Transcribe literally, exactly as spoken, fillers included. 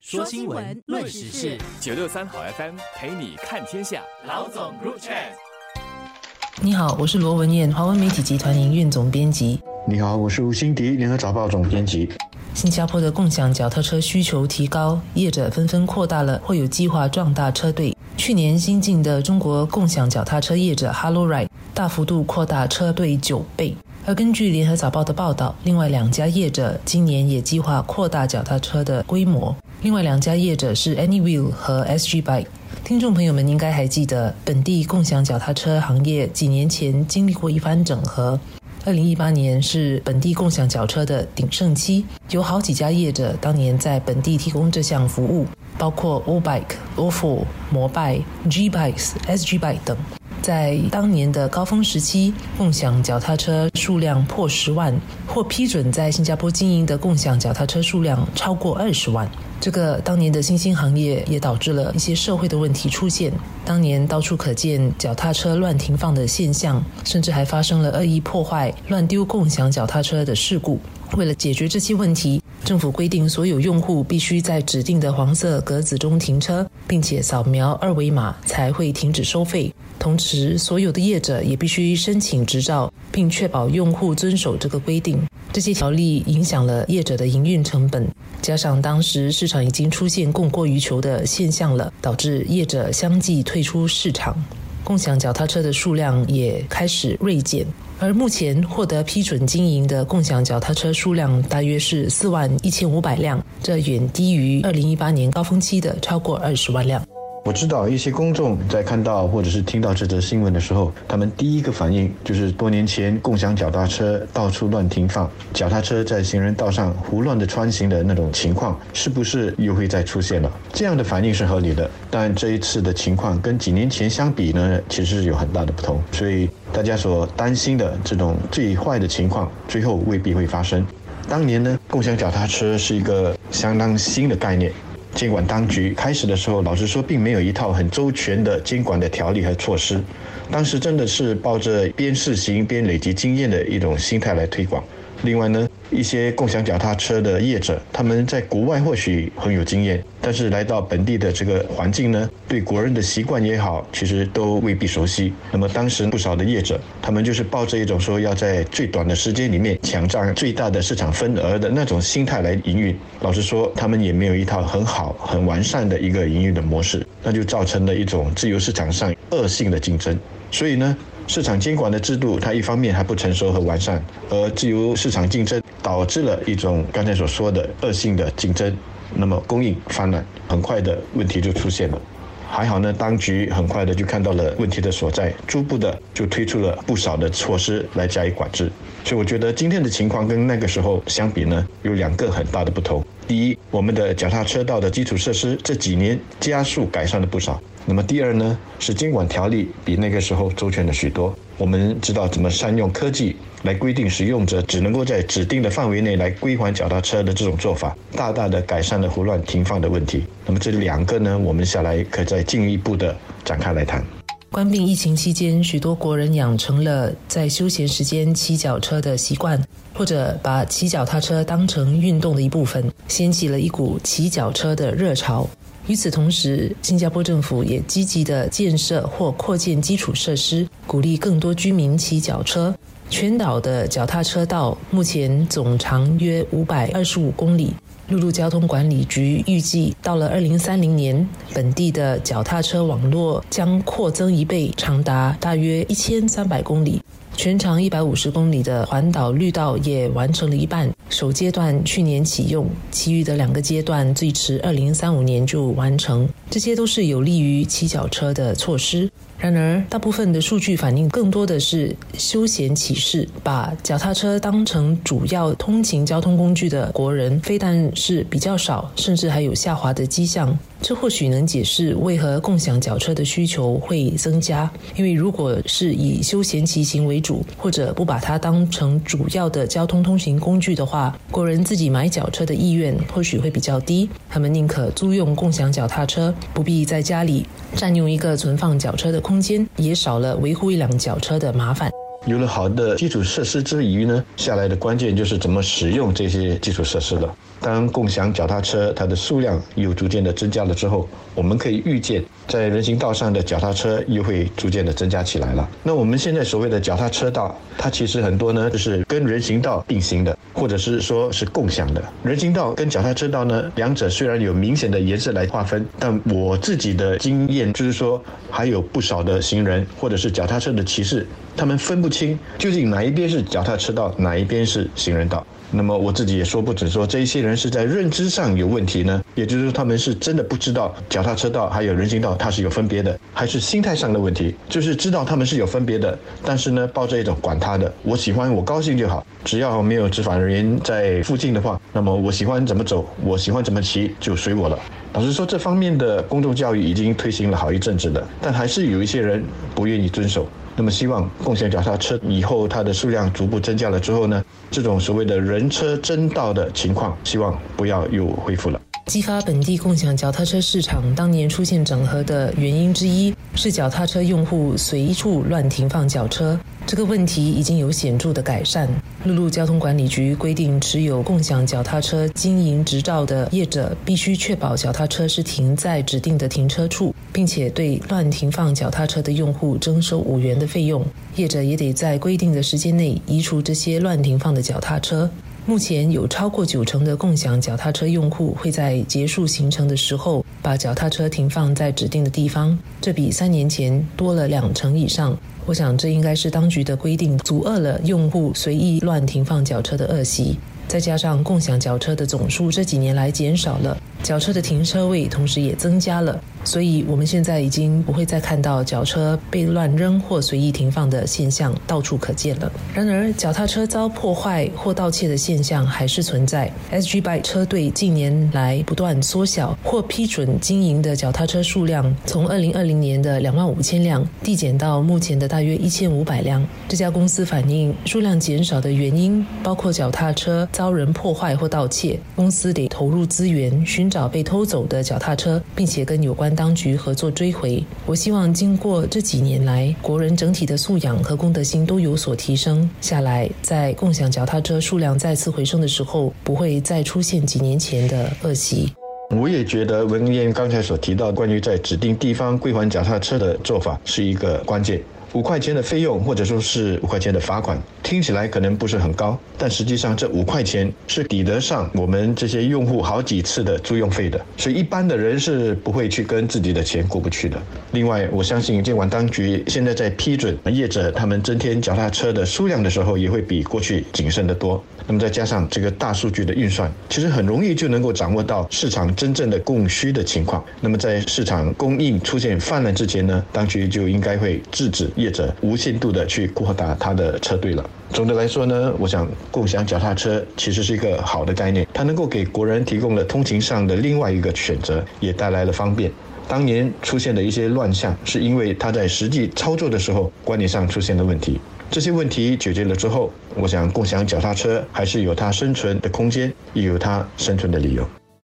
说新闻，论时事， 九六三好 F M 陪你看天下。 老总 Group Chat。 你好，我是罗文燕，华文媒体集团营运总编辑。 你好，我是吴欣迪，联合早报总编辑。 新加坡的共享脚踏车需求提高，业者纷纷扩大了或有计划壮大车队。去年新进的中国共享脚踏车业者 Hello Ride 大幅度扩大车队九倍。而根据联合早报的报道，另外两家业者今年也计划扩大脚踏车的规模。另外两家业者是 Anywheel 和 S G Bike。听众朋友们应该还记得，本地共享脚踏车行业几年前经历过一番整合。二零一八年是本地共享脚车的鼎盛期，有好几家业者当年在本地提供这项服务，包括 O-Bike、O F O、摩拜、G-Bikes、S G Bike 等。在当年的高峰时期，共享脚踏车数量破十万，或批准在新加坡经营的共享脚踏车数量超过二十万。这个当年的新兴行业也导致了一些社会的问题出现。当年到处可见脚踏车乱停放的现象，甚至还发生了恶意破坏、乱丢共享脚踏车的事故。为了解决这些问题，政府规定所有用户必须在指定的黄色格子中停车，并且扫描二维码才会停止收费。同时，所有的业者也必须申请执照，并确保用户遵守这个规定。这些条例影响了业者的营运成本，加上当时市场已经出现供过于求的现象了，导致业者相继退出市场。共享脚踏车的数量也开始锐减，而目前获得批准经营的共享脚踏车数量大约是四万一千五百辆，这远低于二零一八年高峰期的超过二十万辆。 我知道一些公众在看到或者是听到这则新闻的时候，他们第一个反应就是多年前共享脚踏车到处乱停放，脚踏车在行人道上胡乱的穿行的那种情况，是不是又会再出现了？这样的反应是合理的，但这一次的情况跟几年前相比呢，其实是有很大的不同，所以大家所担心的这种最坏的情况，最后未必会发生。当年呢，共享脚踏车是一个相当新的概念。监管当局开始的时候，老实说并没有一套很周全的监管的条例和措施，当时真的是抱着边试行边累积经验的一种心态来推广。另外呢，一些共享脚踏车的业者，他们在国外或许很有经验，但是来到本地的这个环境呢，对国人的习惯也好，其实都未必熟悉。那么当时不少的业者，他们就是抱着一种说要在最短的时间里面抢占最大的市场份额的那种心态来营运。老实说，他们也没有一套很好很完善的一个营运的模式，那就造成了一种自由市场上恶性的竞争。所以呢，市场监管的制度它一方面还不成熟和完善，而自由市场竞争导致了一种刚才所说的恶性的竞争，那么供应泛滥，很快的问题就出现了。还好呢，当局很快的就看到了问题的所在，逐步的就推出了不少的措施来加以管制。所以我觉得今天的情况跟那个时候相比呢，有两个很大的不同。第一，我们的脚踏车道的基础设施这几年加速改善了不少。那么第二呢，是监管条例比那个时候周全了许多。我们知道怎么善用科技来规定使用者只能够在指定的范围内来归还脚踏车的这种做法，大大的改善了胡乱停放的问题。那么这两个呢，我们下来可再进一步的展开来谈。 关闭疫情期间，许多国人养成了在休闲时间骑脚车的习惯，或者把骑脚踏车当成运动的一部分，掀起了一股骑脚车的热潮。与此同时，新加坡政府也积极的建设或扩建基础设施，鼓励更多居民骑脚车。全岛的脚踏车道目前总长约五百二十五公里。陆路交通管理局预计，到了二零三零年，本地的脚踏车网络将扩增一倍，长达大约一千三百公里。全长一百五十公里的环岛绿道也完成了一半，首阶段去年启用，其余的两个阶段最迟二零三五年就完成。这些都是有利于骑脚车的措施。然而，大部分的数据反映更多的是休闲骑士，把脚踏车当成主要通勤交通工具的国人，非但是比较少，甚至还有下滑的迹象。这或许能解释为何共享脚车的需求会增加，因为如果是以休闲骑行为主，或者不把它当成主要的交通通行工具的话，国人自己买脚车的意愿或许会比较低，他们宁可租用共享脚踏车，不必在家里占用一个存放脚车的空间，也少了维护一辆脚车的麻烦。 有了好的基础设施之余呢，下来的关键就是怎么使用这些基础设施了。当共享脚踏车它的数量又逐渐的增加了之后，我们可以预见在人行道上的脚踏车又会逐渐的增加起来了。那我们现在所谓的脚踏车道，它其实很多呢就是跟人行道并行的，或者是说是共享的。人行道跟脚踏车道呢，两者虽然有明显的颜色来划分，但我自己的经验就是说，还有不少的行人或者是脚踏车的骑士，他们分不清究竟哪一边是脚踏车道，哪一边是行人道。那么我自己也说不准说这一些人是在认知上有问题呢，也就是说他们是真的不知道脚踏车道还有人行道它是有分别的，还是心态上的问题，就是知道他们是有分别的，但是呢抱着一种管他的，我喜欢我高兴就好，只要没有执法人员在附近的话，那么我喜欢怎么走，我喜欢怎么骑就随我了。老实说，这方面的公众教育已经推行了好一阵子了，但还是有一些人不愿意遵守。那么希望共享脚踏车以后它的数量逐步增加了之后呢，这种所谓的人车争道的情况希望不要又恢复了。 激发本地共享脚踏车市场当年出现整合的原因之一是脚踏车用户随处乱停放脚车，这个问题已经有显著的改善。陆路交通管理局规定，持有共享脚踏车经营执照的业者必须确保脚踏车是停在指定的停车处，并且对乱停放脚踏车的用户征收五元的费用。业者也得在规定的时间内移除这些乱停放的脚踏车。目前有超过九成的共享脚踏车用户会在结束行程的时候把脚踏车停放在指定的地方，这比三年前多了两成以上。我想这应该是当局的规定阻遏了用户随意乱停放脚车的恶习。再加上共享脚车的总数这几年来减少了，脚车的停车位同时也增加了，所以我们现在已经不会再看到脚车被乱扔或随意停放的现象到处可见了。然而脚踏车遭破坏或盗窃的现象还是存在。 S G Bike 车队近年来不断缩小或批准经营的脚踏车数量，从二零二零年的两万五千辆递减到目前的大约一千五百辆。这家公司反映数量减少的原因包括脚踏车遭人破坏或盗窃，公司得投入资源寻找被偷走的脚踏车，并且跟有关当局合作追回。我希望经过这几年来，国人整体的素养和公德心都有所提升下来，在共享脚踏车数量再次回升的时候，不会再出现几年前的恶习。 我也觉得文燕刚才所提到关于在指定地方归还脚踏车的做法是一个关键。五块钱的费用或者说是五块钱的罚款，听起来可能不是很高，但实际上这五块钱是抵得上我们这些用户好几次的租用费的，所以一般的人是不会去跟自己的钱过不去的。另外我相信监管当局现在在批准业者他们增添脚踏车的数量的时候，也会比过去谨慎得多。那么再加上这个大数据的运算，其实很容易就能够掌握到市场真正的供需的情况。那么在市场供应出现泛滥之前呢，当局就应该会制止业者无限度的去扩大它的车队了。总的来说呢，我想共享脚踏车其实是一个好的概念，它能够给国人提供了通勤上的另外一个选择，也带来了方便。当年出现的一些乱象，是因为它在实际操作的时候观念上出现了问题。这些问题解决了之后，我想共享脚踏车还是有它生存的空间，也有它生存的理由。